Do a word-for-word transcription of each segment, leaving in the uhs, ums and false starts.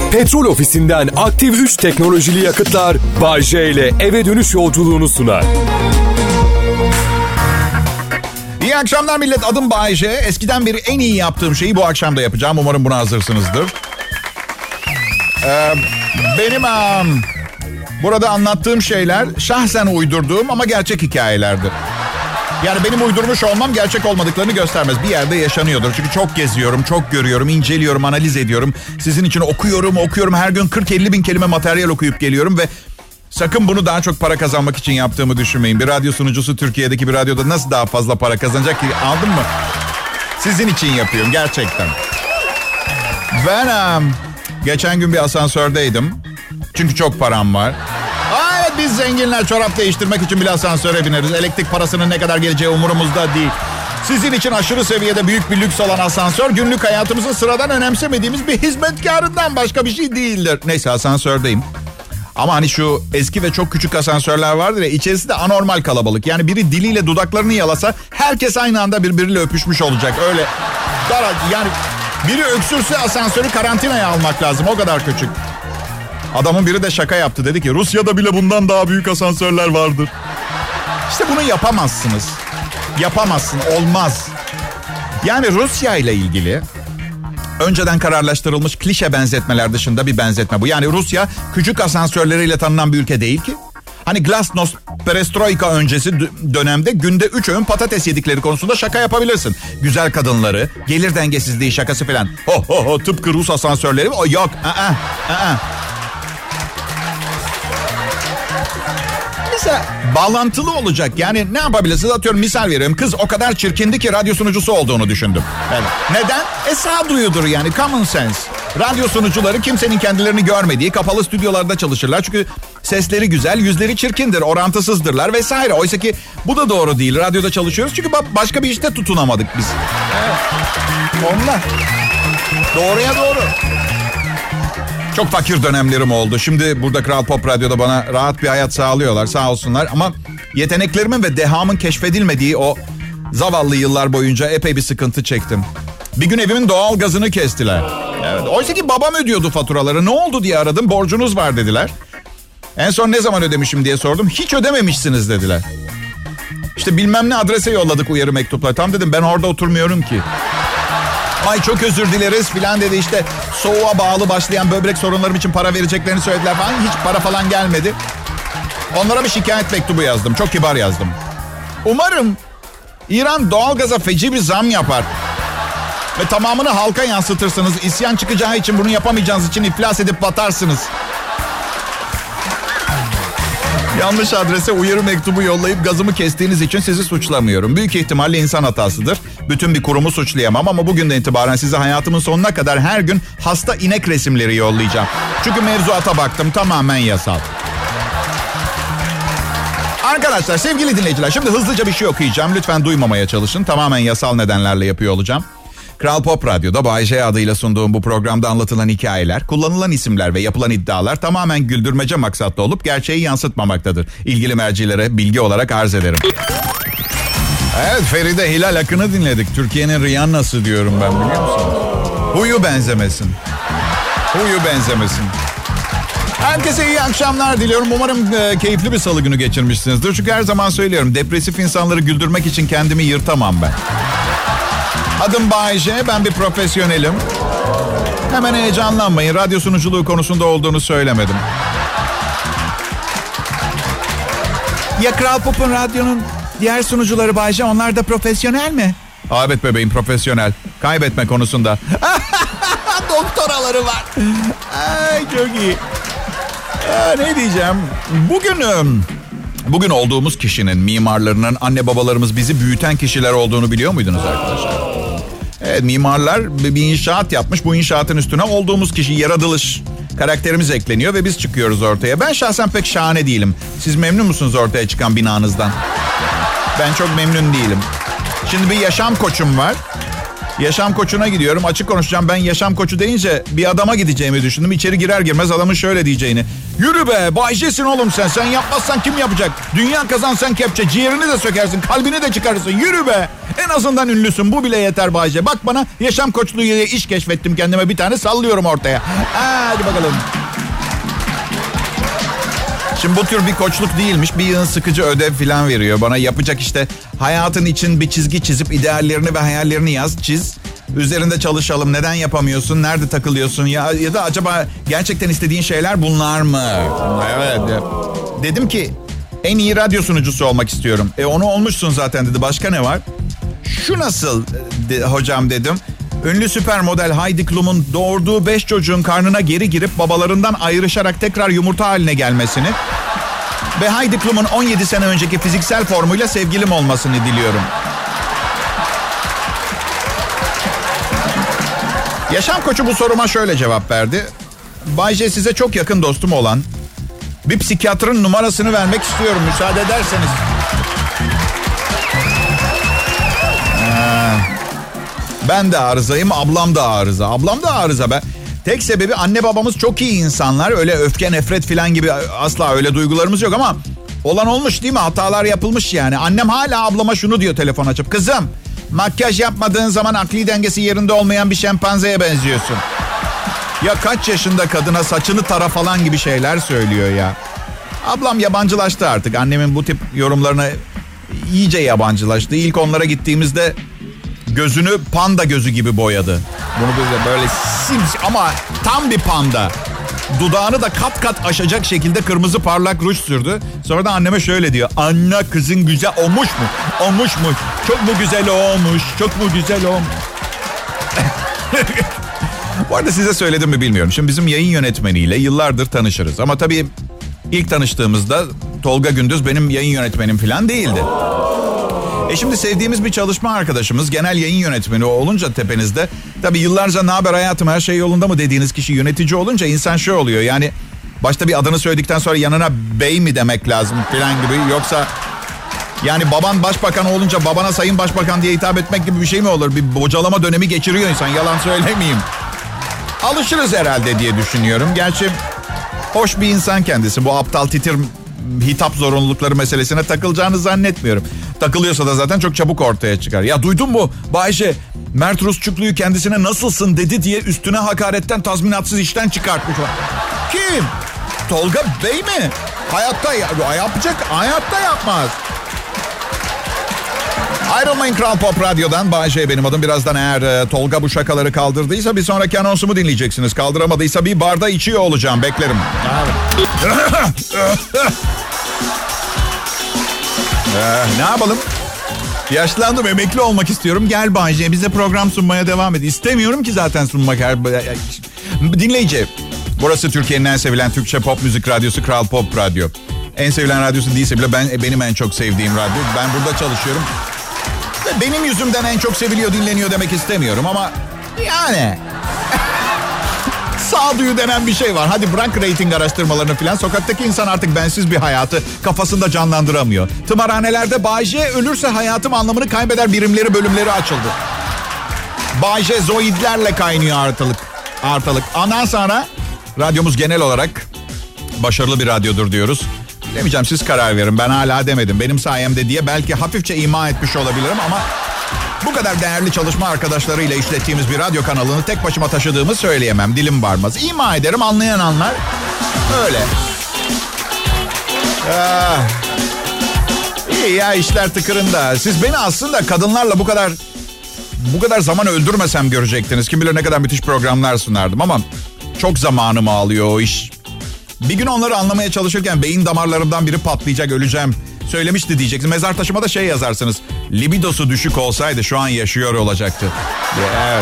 Petrol Ofisi'nden aktif üç teknolojili yakıtlar Bay J ile eve dönüş yolculuğunu sunar. İyi akşamlar millet, adım Bay J. Eskiden beri en iyi yaptığım şeyi bu akşam da yapacağım. Umarım buna hazırsınızdır. Ee, benim um, burada anlattığım şeyler şahsen uydurduğum ama gerçek hikayelerdir. Yani benim uydurmuş olmam gerçek olmadıklarını göstermez. Bir yerde yaşanıyordur. Çünkü çok geziyorum, çok görüyorum, inceliyorum, analiz ediyorum. Sizin için okuyorum, okuyorum. Her gün kırk elli bin kelime materyal okuyup geliyorum ve sakın bunu daha çok para kazanmak için yaptığımı düşünmeyin. Bir radyo sunucusu Türkiye'deki bir radyoda nasıl daha fazla para kazanacak ki? Anladın mı? Sizin için yapıyorum gerçekten. Ben um, geçen gün bir asansördeydim. Çünkü çok param var. Aa, evet, biz zenginler çorap değiştirmek için bile asansöre bineriz. Elektrik parasının ne kadar geleceği umurumuzda değil. Sizin için aşırı seviyede büyük bir lüks olan asansör, günlük hayatımızın sıradan önemsemediğimiz bir hizmetkarından başka bir şey değildir. Neyse, asansördeyim. Ama hani şu eski ve çok küçük asansörler vardır ya, içerisi de anormal kalabalık. Yani biri diliyle dudaklarını yalasa herkes aynı anda birbiriyle öpüşmüş olacak. Öyle dar, yani biri öksürse asansörü karantinaya almak lazım, o kadar küçük. Adamın biri de şaka yaptı, dedi ki Rusya'da bile bundan daha büyük asansörler vardır. İşte bunu yapamazsınız. Yapamazsın, olmaz. Yani Rusya ile ilgili önceden kararlaştırılmış klişe benzetmeler dışında bir benzetme bu. Yani Rusya küçük asansörleriyle tanınan bir ülke değil ki. Hani Glasnost, Perestroika öncesi dönemde günde üç öğün patates yedikleri konusunda şaka yapabilirsin. Güzel kadınları, gelir dengesizliği şakası falan. Ho ho ho, tıpkı Rus asansörleri. O yok. Aa, aa. Mesela bağlantılı olacak. Yani ne yapabilirsiniz? Atıyorum, misal veriyorum. Kız o kadar çirkindi ki radyo sunucusu olduğunu düşündüm. Yani neden? E sağduyudur yani. Common sense. Radyo sunucuları kimsenin kendilerini görmediği kapalı stüdyolarda çalışırlar. Çünkü sesleri güzel, yüzleri çirkindir, orantısızdırlar vesaire. Oysa ki bu da doğru değil. Radyoda çalışıyoruz çünkü başka bir işte tutunamadık biz. Evet. Onlar. Doğruya doğru. Çok fakir dönemlerim oldu. Şimdi burada Kral Pop Radyo'da bana rahat bir hayat sağlıyorlar, sağ olsunlar. Ama yeteneklerimin ve dehamın keşfedilmediği o zavallı yıllar boyunca epey bir sıkıntı çektim. Bir gün evimin doğal gazını kestiler. Evet. Oysa ki babam ödüyordu faturaları. Ne oldu diye aradım. Borcunuz var dediler. En son ne zaman ödemişim diye sordum. Hiç ödememişsiniz dediler. İşte bilmem ne adrese yolladık uyarı mektupları. Tam dedim, ben orada oturmuyorum ki. Ay çok özür dileriz filan dedi, işte soğuğa bağlı başlayan böbrek sorunlarım için para vereceklerini söylediler falan. Hiç para falan gelmedi. Onlara bir şikayet mektubu yazdım. Çok kibar yazdım. Umarım İran doğalgaza feci bir zam yapar ve tamamını halka yansıtırsınız. İsyan çıkacağı için, bunu yapamayacağınız için iflas edip batarsınız. Yanlış adrese uyarı mektubu yollayıp gazımı kestiğiniz için sizi suçlamıyorum. Büyük ihtimalle insan hatasıdır. Bütün bir kurumu suçlayamam ama bugünden itibaren size hayatımın sonuna kadar her gün hasta inek resimleri yollayacağım. Çünkü mevzuata baktım, tamamen yasal. Arkadaşlar, sevgili dinleyiciler, şimdi hızlıca bir şey okuyacağım. Lütfen duymamaya çalışın. Tamamen yasal nedenlerle yapıyor olacağım. Kral Pop Radyo'da Bay J adıyla sunduğum bu programda anlatılan hikayeler, kullanılan isimler ve yapılan iddialar tamamen güldürmece maksatlı olup gerçeği yansıtmamaktadır. İlgili mercilere bilgi olarak arz ederim. Evet, Feride Hilal Akın'ı dinledik. Türkiye'nin Rihanna'sı diyorum ben, biliyor musunuz? Huyu benzemesin. Huyu benzemesin. Herkese iyi akşamlar diliyorum. Umarım e, keyifli bir salı günü geçirmişsinizdir. Çünkü her zaman söylüyorum, depresif insanları güldürmek için kendimi yırtamam ben. Adım Bay J, ben bir profesyonelim. Hemen heyecanlanmayın, radyo sunuculuğu konusunda olduğunu söylemedim. Ya Kral Pop'un, radyonun diğer sunucuları Bay J, onlar da profesyonel mi? Aa, evet bebeğim, profesyonel. Kaybetme konusunda. Doktoraları var. Ay, çok iyi. Aa, ne diyeceğim? Bugün... Bugün olduğumuz kişinin, mimarlarının, anne babalarımız bizi büyüten kişiler olduğunu biliyor muydunuz arkadaşlar? Evet, mimarlar bir inşaat yapmış. Bu inşaatın üstüne olduğumuz kişi, yaratılış, karakterimiz ekleniyor ve biz çıkıyoruz ortaya. Ben şahsen pek şahane değilim. Siz memnun musunuz ortaya çıkan binanızdan? Ben çok memnun değilim. Şimdi bir yaşam koçum var. Yaşam koçuna gidiyorum. Açık konuşacağım, ben yaşam koçu deyince bir adama gideceğimi düşündüm. İçeri girer girmez adamın şöyle diyeceğini. Yürü be, Bay J'sin oğlum sen. Sen yapmazsan kim yapacak? Dünya kazansan kepçe, ciğerini de sökersin, kalbini de çıkarırsın. Yürü be. En azından ünlüsün. Bu bile yeter Bay J. Bak bana, yaşam koçluğu diye iş keşfettim kendime, bir tane sallıyorum ortaya. Hadi bakalım. Şimdi bu tür bir koçluk değilmiş. Bir yığın sıkıcı ödev falan veriyor bana. Yapacak işte, hayatın için bir çizgi çizip ideallerini ve hayallerini yaz, çiz. Üzerinde çalışalım. Neden yapamıyorsun? Nerede takılıyorsun? Ya, ya da acaba gerçekten istediğin şeyler bunlar mı? Evet. Dedim ki en iyi radyo sunucusu olmak istiyorum. E onu olmuşsun zaten dedi. Başka ne var? Şu nasıl de, hocam dedim. Ünlü süper model Heidi Klum'un doğurduğu beş çocuğun karnına geri girip babalarından ayrışarak tekrar yumurta haline gelmesini ve Heidi Klum'un on yedi sene önceki fiziksel formuyla sevgilim olmasını diliyorum. Yaşam koçu bu soruma şöyle cevap verdi. Bay J, size çok yakın dostum olan bir psikiyatrın numarasını vermek istiyorum, müsaade ederseniz. Ben de arızayım, ablam da arıza. Ablam da arıza be. Tek sebebi anne babamız çok iyi insanlar. Öyle öfke, nefret falan gibi asla öyle duygularımız yok ama olan olmuş değil mi? Hatalar yapılmış yani. Annem hala ablama şunu diyor telefon açıp. Kızım, makyaj yapmadığın zaman akli dengesi yerinde olmayan bir şempanzeye benziyorsun. Ya kaç yaşında kadına saçını tara falan gibi şeyler söylüyor ya. Ablam yabancılaştı artık. Annemin bu tip yorumlarına iyice yabancılaştı. İlk onlara gittiğimizde gözünü panda gözü gibi boyadı. Bunu böyle, böyle sims ama tam bir panda. Dudağını da kat kat aşacak şekilde kırmızı parlak ruj sürdü. Sonra da anneme şöyle diyor. Anne, kızın güzel olmuş mu? Olmuş mu? Çok mu güzel olmuş? Çok mu güzel olmuş? Bu arada size söyledim mi bilmiyorum. Şimdi bizim yayın yönetmeniyle yıllardır tanışırız. Ama tabii ilk tanıştığımızda Tolga Gündüz benim yayın yönetmenim falan değildi. E şimdi sevdiğimiz bir çalışma arkadaşımız genel yayın yönetmeni olunca tepenizde, tabii yıllarca ne haber hayatım, her şey yolunda mı dediğiniz kişi yönetici olunca insan şey oluyor. Yani başta bir adını söyledikten sonra yanına bey mi demek lazım falan gibi, yoksa yani baban başbakan olunca babana sayın başbakan diye hitap etmek gibi bir şey mi olur? Bir bocalama dönemi geçiriyor insan, yalan söylemeyeyim. Alışırız herhalde diye düşünüyorum. Gerçi hoş bir insan kendisi. Bu aptal titir hitap zorunlulukları meselesine takılacağını zannetmiyorum. Takılıyorsa da zaten çok çabuk ortaya çıkar. Ya duydun mu Bayşe, Mert Rusçuklu'yu kendisine nasılsın dedi diye üstüne hakaretten tazminatsız işten çıkartmış. Kim? Tolga Bey mi? Hayatta ya, yapacak, hayatta yapmaz. Ayrılmayın Kral Pop Radyo'dan. Bayşe benim adım. Birazdan eğer e, Tolga bu şakaları kaldırdıysa bir sonraki anonsumu dinleyeceksiniz. Kaldıramadıysa bir barda içiyor olacağım. Beklerim. ee, ne yapalım? Yaşlandım, emekli olmak istiyorum. Gel Bayşe, bize program sunmaya devam et. İstemiyorum ki zaten sunmak. Her... Dinleyici, burası Türkiye'nin en sevilen Türkçe pop müzik radyosu Kral Pop Radyo. En sevilen radyosu değilse bile ben benim en çok sevdiğim radyo. Ben burada çalışıyorum. Benim yüzümden en çok seviliyor, dinleniyor demek istemiyorum ama yani sağduyu denen bir şey var. Hadi bırak reyting araştırmalarını falan. Sokaktaki insan artık bensiz bir hayatı kafasında canlandıramıyor. Tımarhanelerde Bay J ölürse hayatım anlamını kaybeder birimleri, bölümleri açıldı. Bay J zoidlerle kaynıyor ortalık. Ortalık. Ondan sonra radyomuz genel olarak başarılı bir radyodur diyoruz. Demeyeceğim, siz karar verin, ben hala demedim. Benim sayemde diye belki hafifçe ima etmiş olabilirim ama bu kadar değerli çalışma arkadaşlarıyla işlettiğimiz bir radyo kanalını tek başıma taşıdığımı söyleyemem. Dilim varmaz. İma ederim, anlayan anlar. Öyle. Ah. İyi ya, işler tıkırında. Siz beni aslında kadınlarla bu kadar bu kadar zaman öldürmesem görecektiniz. Kim bilir ne kadar müthiş programlar sunardım ama çok zamanımı alıyor o iş. Bir gün onları anlamaya çalışırken beyin damarlarımdan biri patlayacak, öleceğim. Söylemişti diyeceksin. Mezar taşıma da şey yazarsınız. Libidosu düşük olsaydı şu an yaşıyor olacaktı. Evet.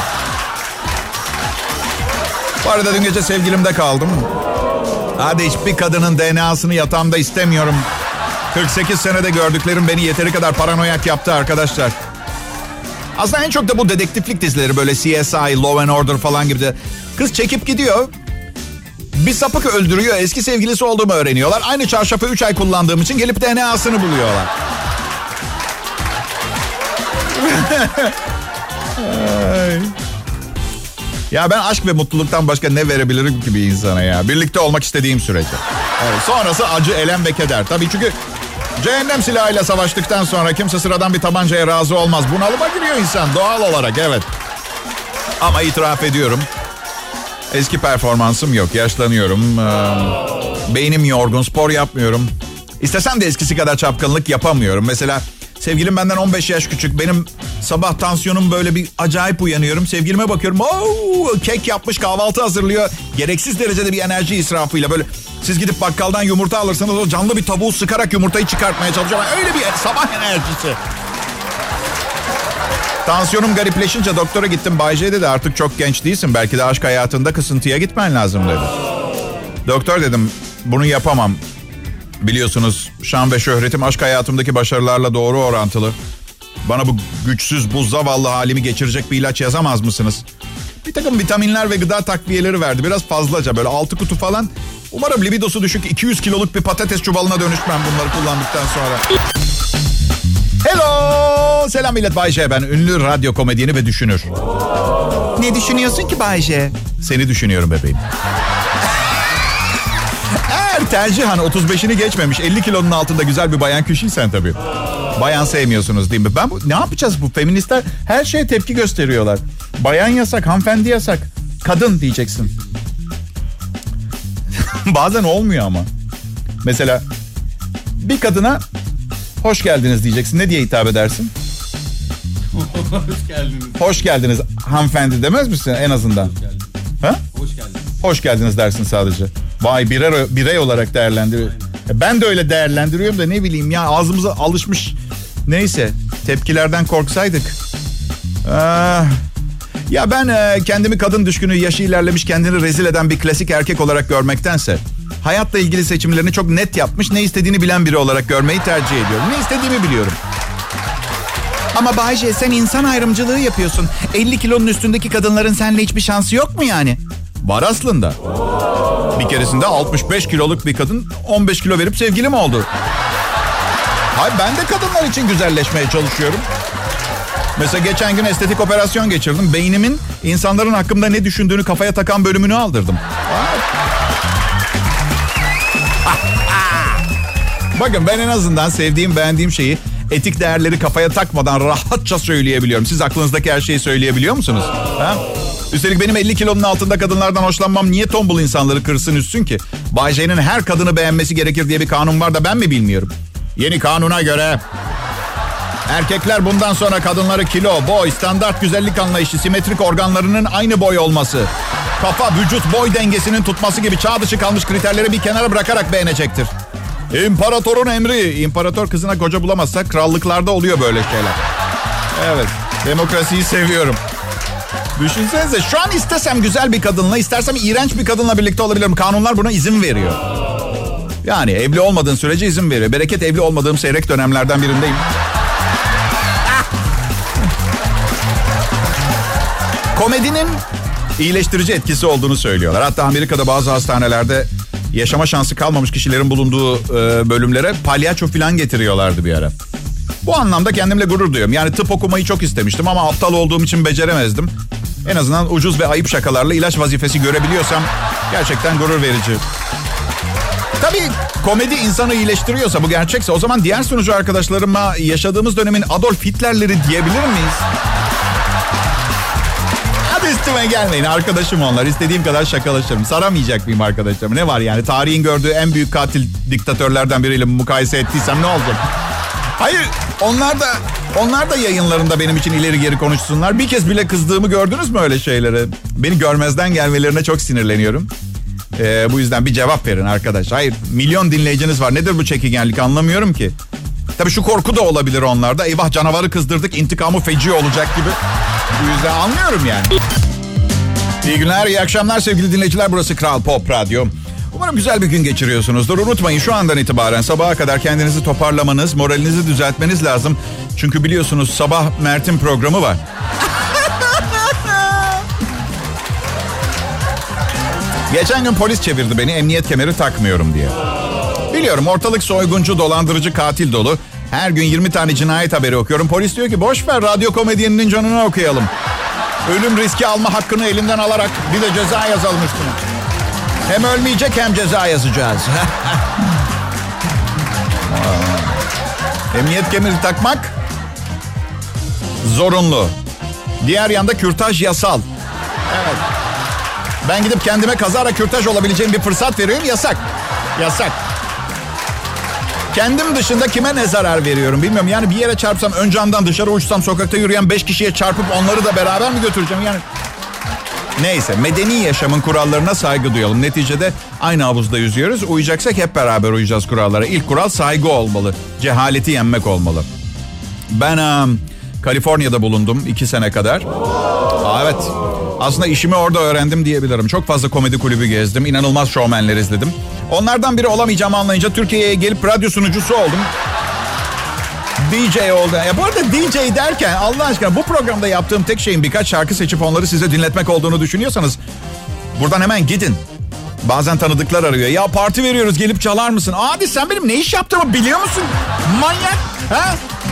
Bu arada dün gece sevgilimde kaldım. Hadi hiçbir kadının D N A'sını yatağımda istemiyorum. kırk sekiz senede gördüklerim beni yeteri kadar paranoyak yaptı arkadaşlar. Aslında en çok da bu dedektiflik dizileri, böyle C S I, Law and Order falan gibi de. Kız çekip gidiyor. Bir sapık öldürüyor, eski sevgilisi olduğumu öğreniyorlar. Aynı çarşafı üç ay kullandığım için gelip D N A'sını buluyorlar. Ay. Ya ben aşk ve mutluluktan başka ne verebilirim ki bir insana ya? Birlikte olmak istediğim sürece. Evet, sonrası acı, elem ve keder. Tabii çünkü cehennem silahıyla savaştıktan sonra kimse sıradan bir tabancaya razı olmaz. Bunalıma giriyor insan doğal olarak, evet. Ama itiraf ediyorum. Eski performansım yok. Yaşlanıyorum. Ee, beynim yorgun. Spor yapmıyorum. İstesem de eskisi kadar çapkınlık yapamıyorum. Mesela sevgilim benden on beş yaş küçük. Benim sabah tansiyonum böyle bir acayip uyanıyorum. Sevgilime bakıyorum. Oo, kek yapmış, kahvaltı hazırlıyor. Gereksiz derecede bir enerji israfıyla böyle. Siz gidip bakkaldan yumurta alırsanız o canlı bir tavuğu sıkarak yumurtayı çıkartmaya çalışıyor. Öyle bir sabah enerjisi. Tansiyonum garipleşince doktora gittim. Bay J dedi artık çok genç değilsin. Belki de aşk hayatında kısıntıya gitmen lazım dedi. Doktor dedim bunu yapamam. Biliyorsunuz şan ve şöhretim aşk hayatımdaki başarılarla doğru orantılı. Bana bu güçsüz, bu zavallı halimi geçirecek bir ilaç yazamaz mısınız? Bir takım vitaminler ve gıda takviyeleri verdi. Biraz fazlaca böyle altı kutu falan. Umarım libidosu düşük iki yüz kiloluk bir patates çuvalına dönüşmem bunları kullandıktan sonra. Hello! Selam millet, Bay J ben. Ünlü radyo komedyeni ve düşünür. Ne düşünüyorsun ki Bay J? Seni düşünüyorum bebeğim. Eğer tercihan otuz beşini geçmemiş elli kilonun altında güzel bir bayan kişiysen tabii. Bayan sevmiyorsunuz değil mi? Ben bu, ne yapacağız bu feministler? Her şeye tepki gösteriyorlar. Bayan yasak, hanımefendi yasak. Kadın diyeceksin. Bazen olmuyor ama. Mesela bir kadına hoş geldiniz diyeceksin. Ne diye hitap edersin? Hoş geldiniz. Hoş geldiniz hanımefendi demez misin en azından? Hoş geldiniz. Ha? Hoş geldiniz. Hoş geldiniz dersin sadece. Vay birey, birey olarak değerlendiriyor. Ben de öyle değerlendiriyorum da ne bileyim ya ağzımıza alışmış. Neyse tepkilerden korksaydık. Ah. Ya ben e, kendimi kadın düşkünü, yaşı ilerlemiş, kendini rezil eden bir klasik erkek olarak görmektense hayatla ilgili seçimlerini çok net yapmış, ne istediğini bilen biri olarak görmeyi tercih ediyorum. Ne istediğimi biliyorum. Ama Bay J sen insan ayrımcılığı yapıyorsun. elli kilonun üstündeki kadınların seninle hiçbir şansı yok mu yani? Var aslında. Bir keresinde altmış beş kiloluk bir kadın on beş kilo verip sevgilim oldu. Hayır ben de kadınlar için güzelleşmeye çalışıyorum. Mesela geçen gün estetik operasyon geçirdim. Beynimin insanların hakkında ne düşündüğünü kafaya takan bölümünü aldırdım. Bakın ben en azından sevdiğim, beğendiğim şeyi etik değerleri kafaya takmadan rahatça söyleyebiliyorum. Siz aklınızdaki her şeyi söyleyebiliyor musunuz? Ha? Üstelik benim elli kilonun altında kadınlardan hoşlanmam niye tombul insanları kırsın üstün ki? Bay J'nin her kadını beğenmesi gerekir diye bir kanun var da ben mi bilmiyorum? Yeni kanuna göre erkekler bundan sonra kadınları kilo, boy, standart güzellik anlayışı, simetrik organlarının aynı boy olması, kafa, vücut, boy dengesinin tutması gibi çağ dışı kalmış kriterleri bir kenara bırakarak beğenecektir. İmparatorun emri. İmparator kızına koca bulamazsa krallıklarda oluyor böyle şeyler. Evet, demokrasiyi seviyorum. Düşünsenize şu an istesem güzel bir kadınla, istersem iğrenç bir kadınla birlikte olabilirim. Kanunlar buna izin veriyor. Yani evli olmadığın sürece izin veriyor. Bereket evli olmadığım seyrek dönemlerden birindeyim. Komedinin iyileştirici etkisi olduğunu söylüyorlar. Hatta Amerika'da bazı hastanelerde yaşama şansı kalmamış kişilerin bulunduğu e, bölümlere palyaço falan getiriyorlardı bir ara. Bu anlamda kendimle gurur duyuyorum. Yani tıp okumayı çok istemiştim ama aptal olduğum için beceremezdim. En azından ucuz ve ayıp şakalarla ilaç vazifesi görebiliyorsam gerçekten gurur verici. Tabii komedi insanı iyileştiriyorsa, bu gerçekse, o zaman diğer sunucu arkadaşlarıma yaşadığımız dönemin Adolf Hitler'leri diyebilir miyiz? Hadi üstüme gelmeyin, arkadaşım onlar. İstediğim kadar şakalaşırım. Saramayacak mıyım arkadaşlarım? Ne var yani? Tarihin gördüğü en büyük katil diktatörlerden biriyle mukayese ettiysem ne olacak? Hayır, onlar da onlar da yayınlarında benim için ileri geri konuşsunlar. Bir kez bile kızdığımı gördünüz mü öyle şeylere? Beni görmezden gelmelerine çok sinirleniyorum. Ee, bu yüzden bir cevap verin arkadaş. Hayır, milyon dinleyiciniz var. Nedir bu çekigenlik, anlamıyorum ki. Tabii şu korku da olabilir onlarda. Eyvah canavarı kızdırdık, intikamı feci olacak gibi. Bu yüzden anlıyorum yani. İyi günler, iyi akşamlar sevgili dinleyiciler. Burası Kral Pop Radyo. Umarım güzel bir gün geçiriyorsunuzdur. Unutmayın, şu andan itibaren sabaha kadar kendinizi toparlamanız, moralinizi düzeltmeniz lazım. Çünkü biliyorsunuz sabah Mert'in programı var. Geçen gün polis çevirdi beni emniyet kemeri takmıyorum diye. Biliyorum ortalık soyguncu, dolandırıcı, katil dolu. Her gün yirmi tane cinayet haberi okuyorum. Polis diyor ki boş ver, radyo komedyeninin canını okuyalım. Ölüm riski alma hakkını elinden alarak bir de ceza yazalım üstüne. Hem ölmeyecek hem ceza yazacağız. Emniyet kemeri takmak zorunlu. Diğer yanda kürtaj yasal. Evet. Ben gidip kendime kazara kürtaj olabileceğim bir fırsat veriyorum. Yasak. Yasak. Kendim dışında kime ne zarar veriyorum bilmiyorum. Yani bir yere çarpsam, ön camdan dışarı uçsam, sokakta yürüyen beş kişiye çarpıp onları da beraber mi götüreceğim? Yani neyse, medeni yaşamın kurallarına saygı duyalım. Neticede aynı havuzda yüzüyoruz. Uyacaksak hep beraber uyacağız kurallara. İlk kural saygı olmalı. Cehaleti yenmek olmalı. Ben um, Kaliforniya'da bulundum iki sene kadar. Aa, evet. Aslında işimi orada öğrendim diyebilirim. Çok fazla komedi kulübü gezdim. İnanılmaz şovmenler izledim. Onlardan biri olamayacağımı anlayınca Türkiye'ye gelip radyo sunucusu oldum. D J oldu. Ya bu arada D J derken Allah aşkına bu programda yaptığım tek şeyin birkaç şarkı seçip onları size dinletmek olduğunu düşünüyorsanız buradan hemen gidin. Bazen tanıdıklar arıyor. Ya parti veriyoruz, gelip çalar mısın? Abi sen benim ne iş yaptığımı biliyor musun? Manyak. Ha?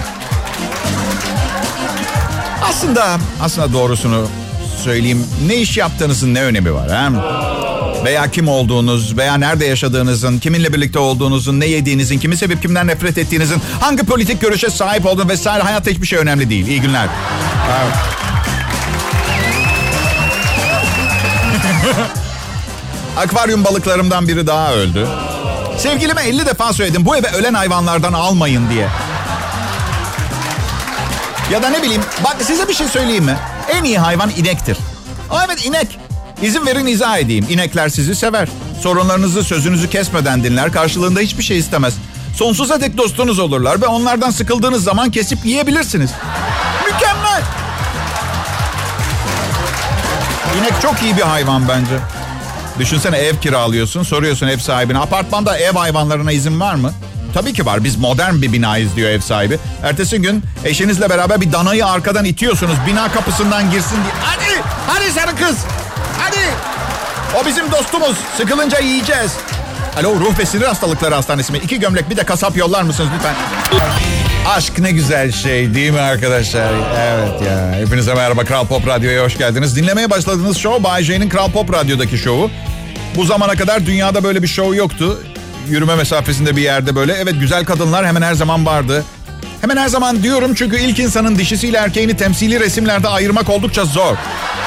Aslında aslında doğrusunu söyleyeyim. Ne iş yaptığınızın ne önemi var? Ha? Veya kim olduğunuz, veya nerede yaşadığınızın, kiminle birlikte olduğunuzun, ne yediğinizin, kimi sevip kimden nefret ettiğinizin, hangi politik görüşe sahip olduğunuz vesaire, hayatta hiçbir şey önemli değil. İyi günler. Evet. Akvaryum balıklarımdan biri daha öldü. Sevgilime elli defa söyledim, bu eve ölen hayvanlardan almayın diye. Ya da ne bileyim, bak size bir şey söyleyeyim mi? En iyi hayvan inektir. Aa, evet, inek. İzin verin izah edeyim. İnekler sizi sever. Sorunlarınızı, sözünüzü kesmeden dinler. Karşılığında hiçbir şey istemez. Sonsuza dek dostunuz olurlar ve onlardan sıkıldığınız zaman kesip yiyebilirsiniz. Mükemmel. İnek çok iyi bir hayvan bence. Düşünsene, ev kiralıyorsun, soruyorsun ev sahibine. Apartmanda ev hayvanlarına izin var mı? Tabii ki var. Biz modern bir binayız diyor ev sahibi. Ertesi gün eşinizle beraber bir danayı arkadan itiyorsunuz. Bina kapısından girsin diye. Hadi, hadi sarı kız. Hadi. O bizim dostumuz. Sıkılınca yiyeceğiz. Alo, Ruh ve Sinir Hastalıkları Hastanesi mi? İki gömlek bir de kasap yollar mısınız lütfen? Aşk ne güzel şey değil mi arkadaşlar? Evet ya. Hepinize merhaba, Kral Pop Radyo'ya hoş geldiniz. Dinlemeye başladığınız show Bay J'nin Kral Pop Radyo'daki şovu. Bu zamana kadar dünyada böyle bir show yoktu. Yürüme mesafesinde bir yerde böyle. Evet, güzel kadınlar hemen her zaman vardı. Hemen her zaman diyorum çünkü ilk insanın dişisiyle erkeğini temsili resimlerde ayırmak oldukça zor.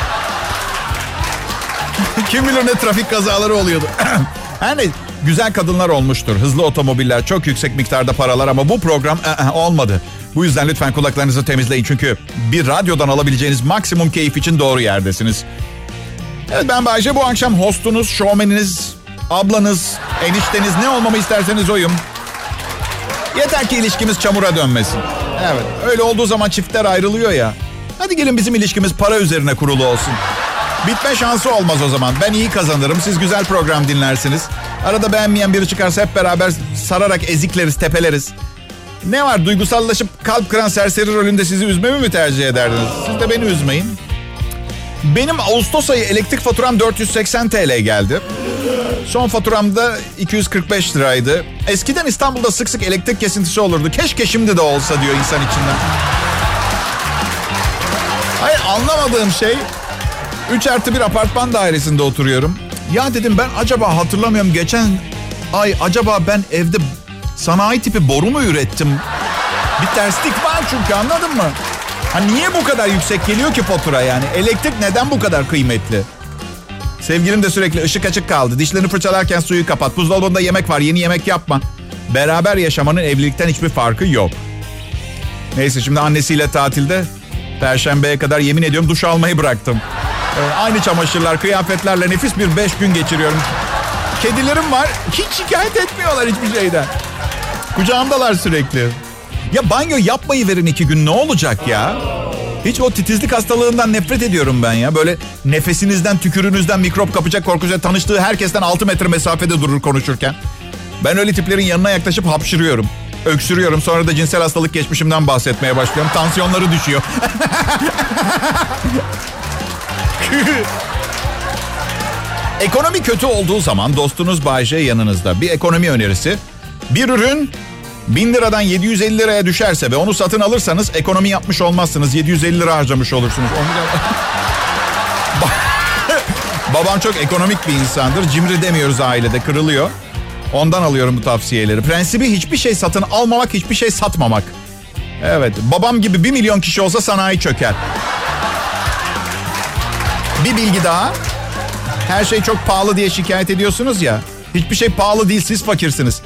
Kim bilir ne trafik kazaları oluyordu. Her neyse, güzel kadınlar olmuştur. Hızlı otomobiller, çok yüksek miktarda paralar ama bu program ı-ı, olmadı. Bu yüzden lütfen kulaklarınızı temizleyin. Çünkü bir radyodan alabileceğiniz maksimum keyif için doğru yerdesiniz. Evet, ben Bayce, bu akşam hostunuz, şovmeniniz, ablanız, enişteniz, ne olmamı isterseniz oyum. Yeter ki ilişkimiz çamura dönmesin. Evet, öyle olduğu zaman çiftler ayrılıyor ya. Hadi gelin bizim ilişkimiz para üzerine kurulu olsun. Bitme şansı olmaz o zaman. Ben iyi kazanırım, siz güzel program dinlersiniz. Arada beğenmeyen biri çıkarsa hep beraber sararak ezikleriz, tepeleriz. Ne var, duygusallaşıp kalp kıran serseri rolünde sizi üzmemi mi tercih ederdiniz? Siz de beni üzmeyin. Benim Ağustos ayı elektrik faturam dört yüz seksen TL geldi. Son faturamda iki yüz kırk beş liraydı. Eskiden İstanbul'da sık sık elektrik kesintisi olurdu. Keşke şimdi de olsa diyor insan içinden. Hayır, anlamadığım şey, üç artı bir apartman dairesinde oturuyorum. Ya dedim, ben acaba hatırlamıyorum, geçen ay acaba ben evde sanayi tipi boru mu ürettim? Bir terslik var çünkü, anladın mı? Ha, niye bu kadar yüksek geliyor ki fatura yani? Elektrik neden bu kadar kıymetli? Sevgilim de sürekli ışık açık kaldı. Dişlerini fırçalarken suyu kapat. Buzdolabında yemek var, yeni yemek yapma. Beraber yaşamanın evlilikten hiçbir farkı yok. Neyse, şimdi annesiyle tatilde. Perşembeye kadar yemin ediyorum duş almayı bıraktım. Ee, aynı çamaşırlar, kıyafetlerle nefis bir beş gün geçiriyorum. Kedilerim var. Hiç şikayet etmiyorlar hiçbir şeyden. Kucağımdalar sürekli. Ya banyo yapmayı verin iki gün, ne olacak ya? Hiç o titizlik hastalığından nefret ediyorum ben ya. Böyle nefesinizden, tükürünüzden mikrop kapacak korkusuyla tanıştığı herkesten altı metre mesafede durur konuşurken. Ben öyle tiplerin yanına yaklaşıp hapşırıyorum. Öksürüyorum, sonra da cinsel hastalık geçmişimden bahsetmeye başlıyorum. Tansiyonları düşüyor. Ekonomi kötü olduğu zaman dostunuz Bay J yanınızda. Bir ekonomi önerisi. Bir ürün bin liradan yedi yüz elli liraya düşerse ve onu satın alırsanız ekonomi yapmış olmazsınız. yedi yüz elli lira harcamış olursunuz. Onu da... Babam çok ekonomik bir insandır. Cimri demiyoruz ailede, kırılıyor. Ondan alıyorum bu tavsiyeleri. Prensibi hiçbir şey satın almamak, hiçbir şey satmamak. Evet, babam gibi bir milyon kişi olsa sanayi çöker. Bir bilgi daha. Her şey çok pahalı diye şikayet ediyorsunuz ya. Hiçbir şey pahalı değil, siz fakirsiniz.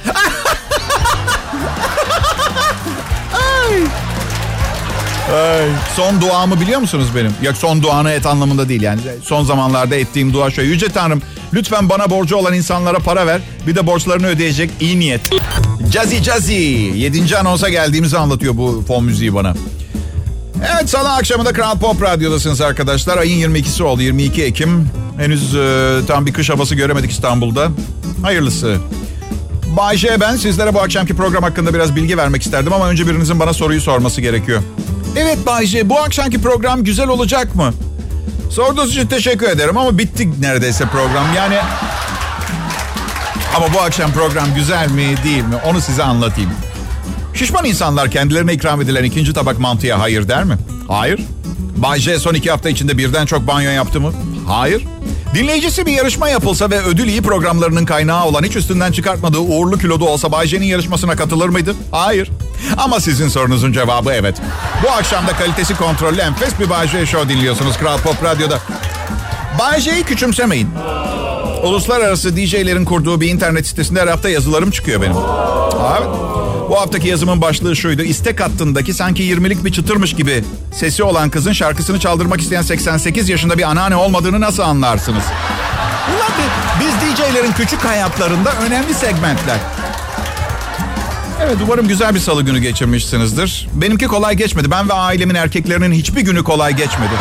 Ay. Ay. Son duamı biliyor musunuz benim? Yok, son duanı et anlamında değil yani. Son zamanlarda ettiğim dua şöyle. Yüce Tanrım, lütfen bana borcu olan insanlara para ver. Bir de borçlarını ödeyecek iyi niyet. Cazi Cazi. Yedinci anonsa geldiğimizi anlatıyor bu fon müziği bana. Evet, salı akşamında Kral Pop Radyo'dasınız arkadaşlar. Ayın yirmi ikisi oldu, yirmi iki Ekim. Henüz e, tam bir kış havası göremedik İstanbul'da. Hayırlısı. Bay J ben. Sizlere bu akşamki program hakkında biraz bilgi vermek isterdim ama önce birinizin bana soruyu sorması gerekiyor. Evet Bay J, bu akşamki program güzel olacak mı? Sorduğunuz için teşekkür ederim ama bitti neredeyse program. Yani ama bu akşam program güzel mi değil mi onu size anlatayım. Şişman insanlar kendilerine ikram edilen ikinci tabak mantıya hayır der mi? Hayır. Bay J son iki hafta içinde birden çok banyo yaptı mı? Hayır. Dinleyicisi bir yarışma yapılsa ve ödül iyi programlarının kaynağı olan hiç üstünden çıkartmadığı uğurlu kilodu olsa Bay J'nin yarışmasına katılır mıydı? Hayır. Ama sizin sorunuzun cevabı evet. Bu akşam da kalitesi kontrollü enfes bir Bay J Show dinliyorsunuz Kral Pop Radyo'da. Bay J'yi küçümsemeyin. Uluslararası D J'lerin kurduğu bir internet sitesinde her hafta yazılarım çıkıyor benim. Evet. Bu haftaki yazımın başlığı şuydu. İstek hattındaki sanki yirmilik bir çıtırmış gibi sesi olan kızın şarkısını çaldırmak isteyen seksen sekiz yaşında bir anneanne olmadığını nasıl anlarsınız? Bunlar biz D J'lerin küçük hayatlarında önemli segmentler. Evet, umarım güzel bir salı günü geçirmişsinizdir. Benimki kolay geçmedi. Ben ve ailemin erkeklerinin hiçbir günü kolay geçmedi.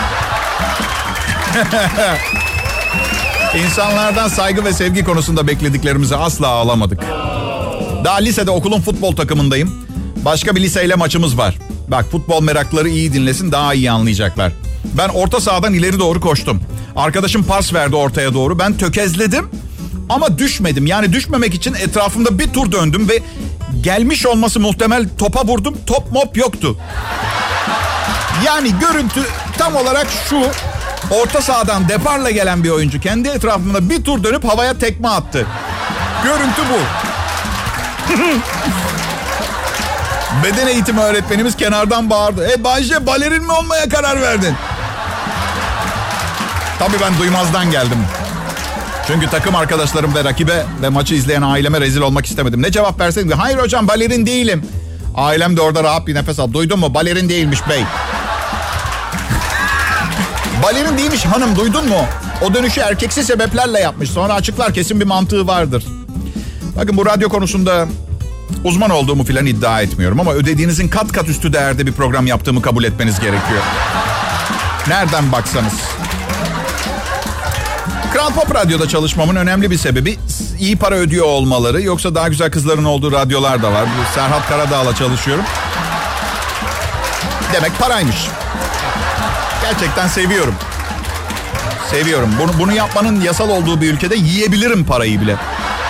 İnsanlardan saygı ve sevgi konusunda beklediklerimizi asla alamadık. Daha lisede okulun futbol takımındayım. Başka bir liseyle maçımız var. Bak, futbol merakları iyi dinlesin, daha iyi anlayacaklar. Ben orta sahadan ileri doğru koştum. Arkadaşım pas verdi ortaya doğru. Ben tökezledim ama düşmedim. Yani düşmemek için etrafımda bir tur döndüm ve gelmiş olması muhtemel topa vurdum. Top mop yoktu. Yani görüntü tam olarak şu. Orta sahadan deparla gelen bir oyuncu kendi etrafında bir tur dönüp havaya tekme attı. Görüntü bu. Beden eğitimi öğretmenimiz kenardan bağırdı. E Bayce, balerin mi olmaya karar verdin? Tabii ben duymazdan geldim. Çünkü takım arkadaşlarım ve rakibe ve maçı izleyen aileme rezil olmak istemedim. Ne cevap verseydim? Hayır hocam, balerin değilim. Ailem de orada rahat bir nefes aldı. Duydun mu? Balerin değilmiş bey. Balerin değilmiş hanım, duydun mu? O dönüşü erkeksi sebeplerle yapmış. Sonra açıklar, kesin bir mantığı vardır. Bakın, bu radyo konusunda uzman olduğumu falan iddia etmiyorum ama ödediğinizin kat kat üstü değerde bir program yaptığımı kabul etmeniz gerekiyor. Nereden baksanız. Kral Pop Radyo'da çalışmamın önemli bir sebebi iyi para ödüyor olmaları. Yoksa daha güzel kızların olduğu radyolar da var. Serhat Karadağ'la çalışıyorum. Demek paraymış. Gerçekten seviyorum. Seviyorum. Bunu, bunu yapmanın yasal olduğu bir ülkede yiyebilirim parayı bile.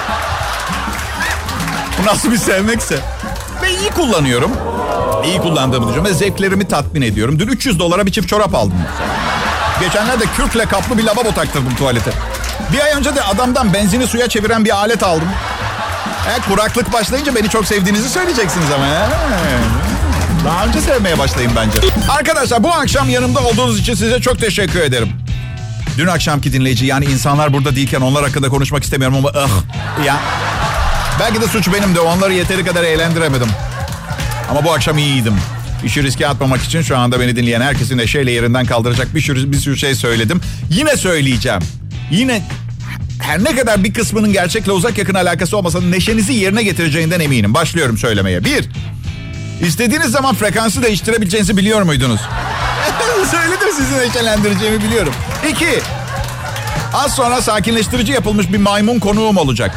Bu nasıl bir sevmekse. Ve iyi kullanıyorum. İyi kullandığımı düşünüyorum ve zevklerimi tatmin ediyorum. Dün üç yüz dolara bir çift çorap aldım. Geçenlerde kürkle kaplı bir lavabo taktırdım tuvalete. Bir ay önce de adamdan benzini suya çeviren bir alet aldım. E, kuraklık başlayınca beni çok sevdiğinizi söyleyeceksiniz ama. He. Daha önce sevmeye başlayın bence. Arkadaşlar, bu akşam yanımda olduğunuz için size çok teşekkür ederim. Dün akşamki dinleyici, yani insanlar burada değilken onlar hakkında konuşmak istemiyorum ama ıh ya. Belki de suç benim de, onları yeteri kadar eğlendiremedim. Ama bu akşam iyiydim. İşi riske atmamak için şu anda beni dinleyen herkesin neşeyle yerinden kaldıracak bir sürü, bir sürü şey söyledim. Yine söyleyeceğim. Yine her ne kadar bir kısmının gerçekle uzak yakın alakası olmasa da neşenizi yerine getireceğinden eminim. Başlıyorum söylemeye. Bir, istediğiniz zaman frekansı değiştirebileceğinizi biliyor muydunuz? Söyledim, sizi neşelendireceğimi biliyorum. İki, az sonra sakinleştirici yapılmış bir maymun konuğum olacak.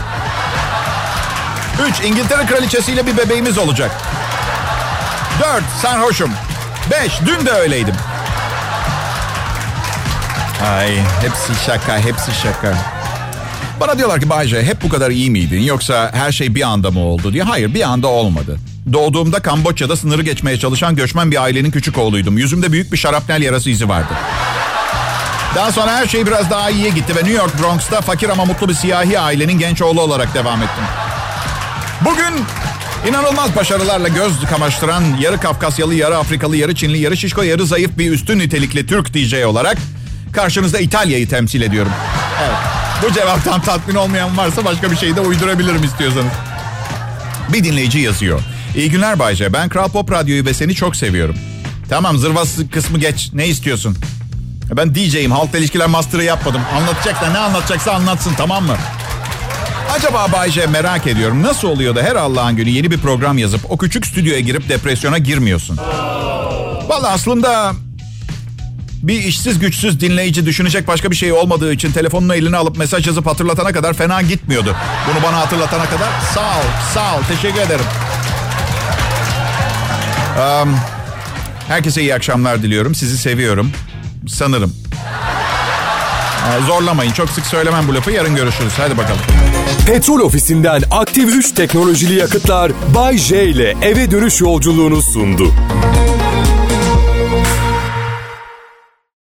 Üç, İngiltere kraliçesiyle bir bebeğimiz olacak. Dört, sarhoşum. Beş, dün de öyleydim. Ay, hepsi şaka, hepsi şaka. Bana diyorlar ki Bay J, hep bu kadar iyi miydin yoksa her şey bir anda mı oldu diye. Hayır, bir anda olmadı. Doğduğumda Kamboçya'da sınırı geçmeye çalışan göçmen bir ailenin küçük oğluydum. Yüzümde büyük bir şarapnel yarası izi vardı. Daha sonra her şey biraz daha iyiye gitti ve New York Bronx'ta fakir ama mutlu bir siyahi ailenin genç oğlu olarak devam ettim. Bugün inanılmaz başarılarla göz kamaştıran yarı Kafkasyalı, yarı Afrikalı, yarı Çinli, yarı şişko, yarı zayıf bir üstün nitelikli Türk D J olarak karşınızda İtalya'yı temsil ediyorum. Evet. Bu cevaptan tatmin olmayan varsa başka bir şey de uydurabilirim istiyorsanız. Bir dinleyici yazıyor. İyi günler Bay J. Ben Kral Pop Radyo'yu ve seni çok seviyorum. Tamam, zırvası kısmı geç. Ne istiyorsun? Ben D J'yim. Halkla ilişkiler master'ı yapmadım. Anlatacaksa ne anlatacaksa anlatsın, tamam mı? Acaba Bay J, merak ediyorum. Nasıl oluyor da her Allah'ın günü yeni bir program yazıp o küçük stüdyoya girip depresyona girmiyorsun? Vallahi aslında bir işsiz güçsüz dinleyici düşünecek başka bir şey olmadığı için telefonunu eline alıp mesaj yazıp hatırlatana kadar fena gitmiyordu. Bunu bana hatırlatana kadar sağ ol, sağ ol, teşekkür ederim. Um, herkese iyi akşamlar diliyorum. Sizi seviyorum. Sanırım. Ee, zorlamayın. Çok sık söylemem bu lafı. Yarın görüşürüz. Hadi bakalım. Petrol Ofisi'nden Aktif üç teknolojili yakıtlar Bay J ile eve dönüş yolculuğunu sundu.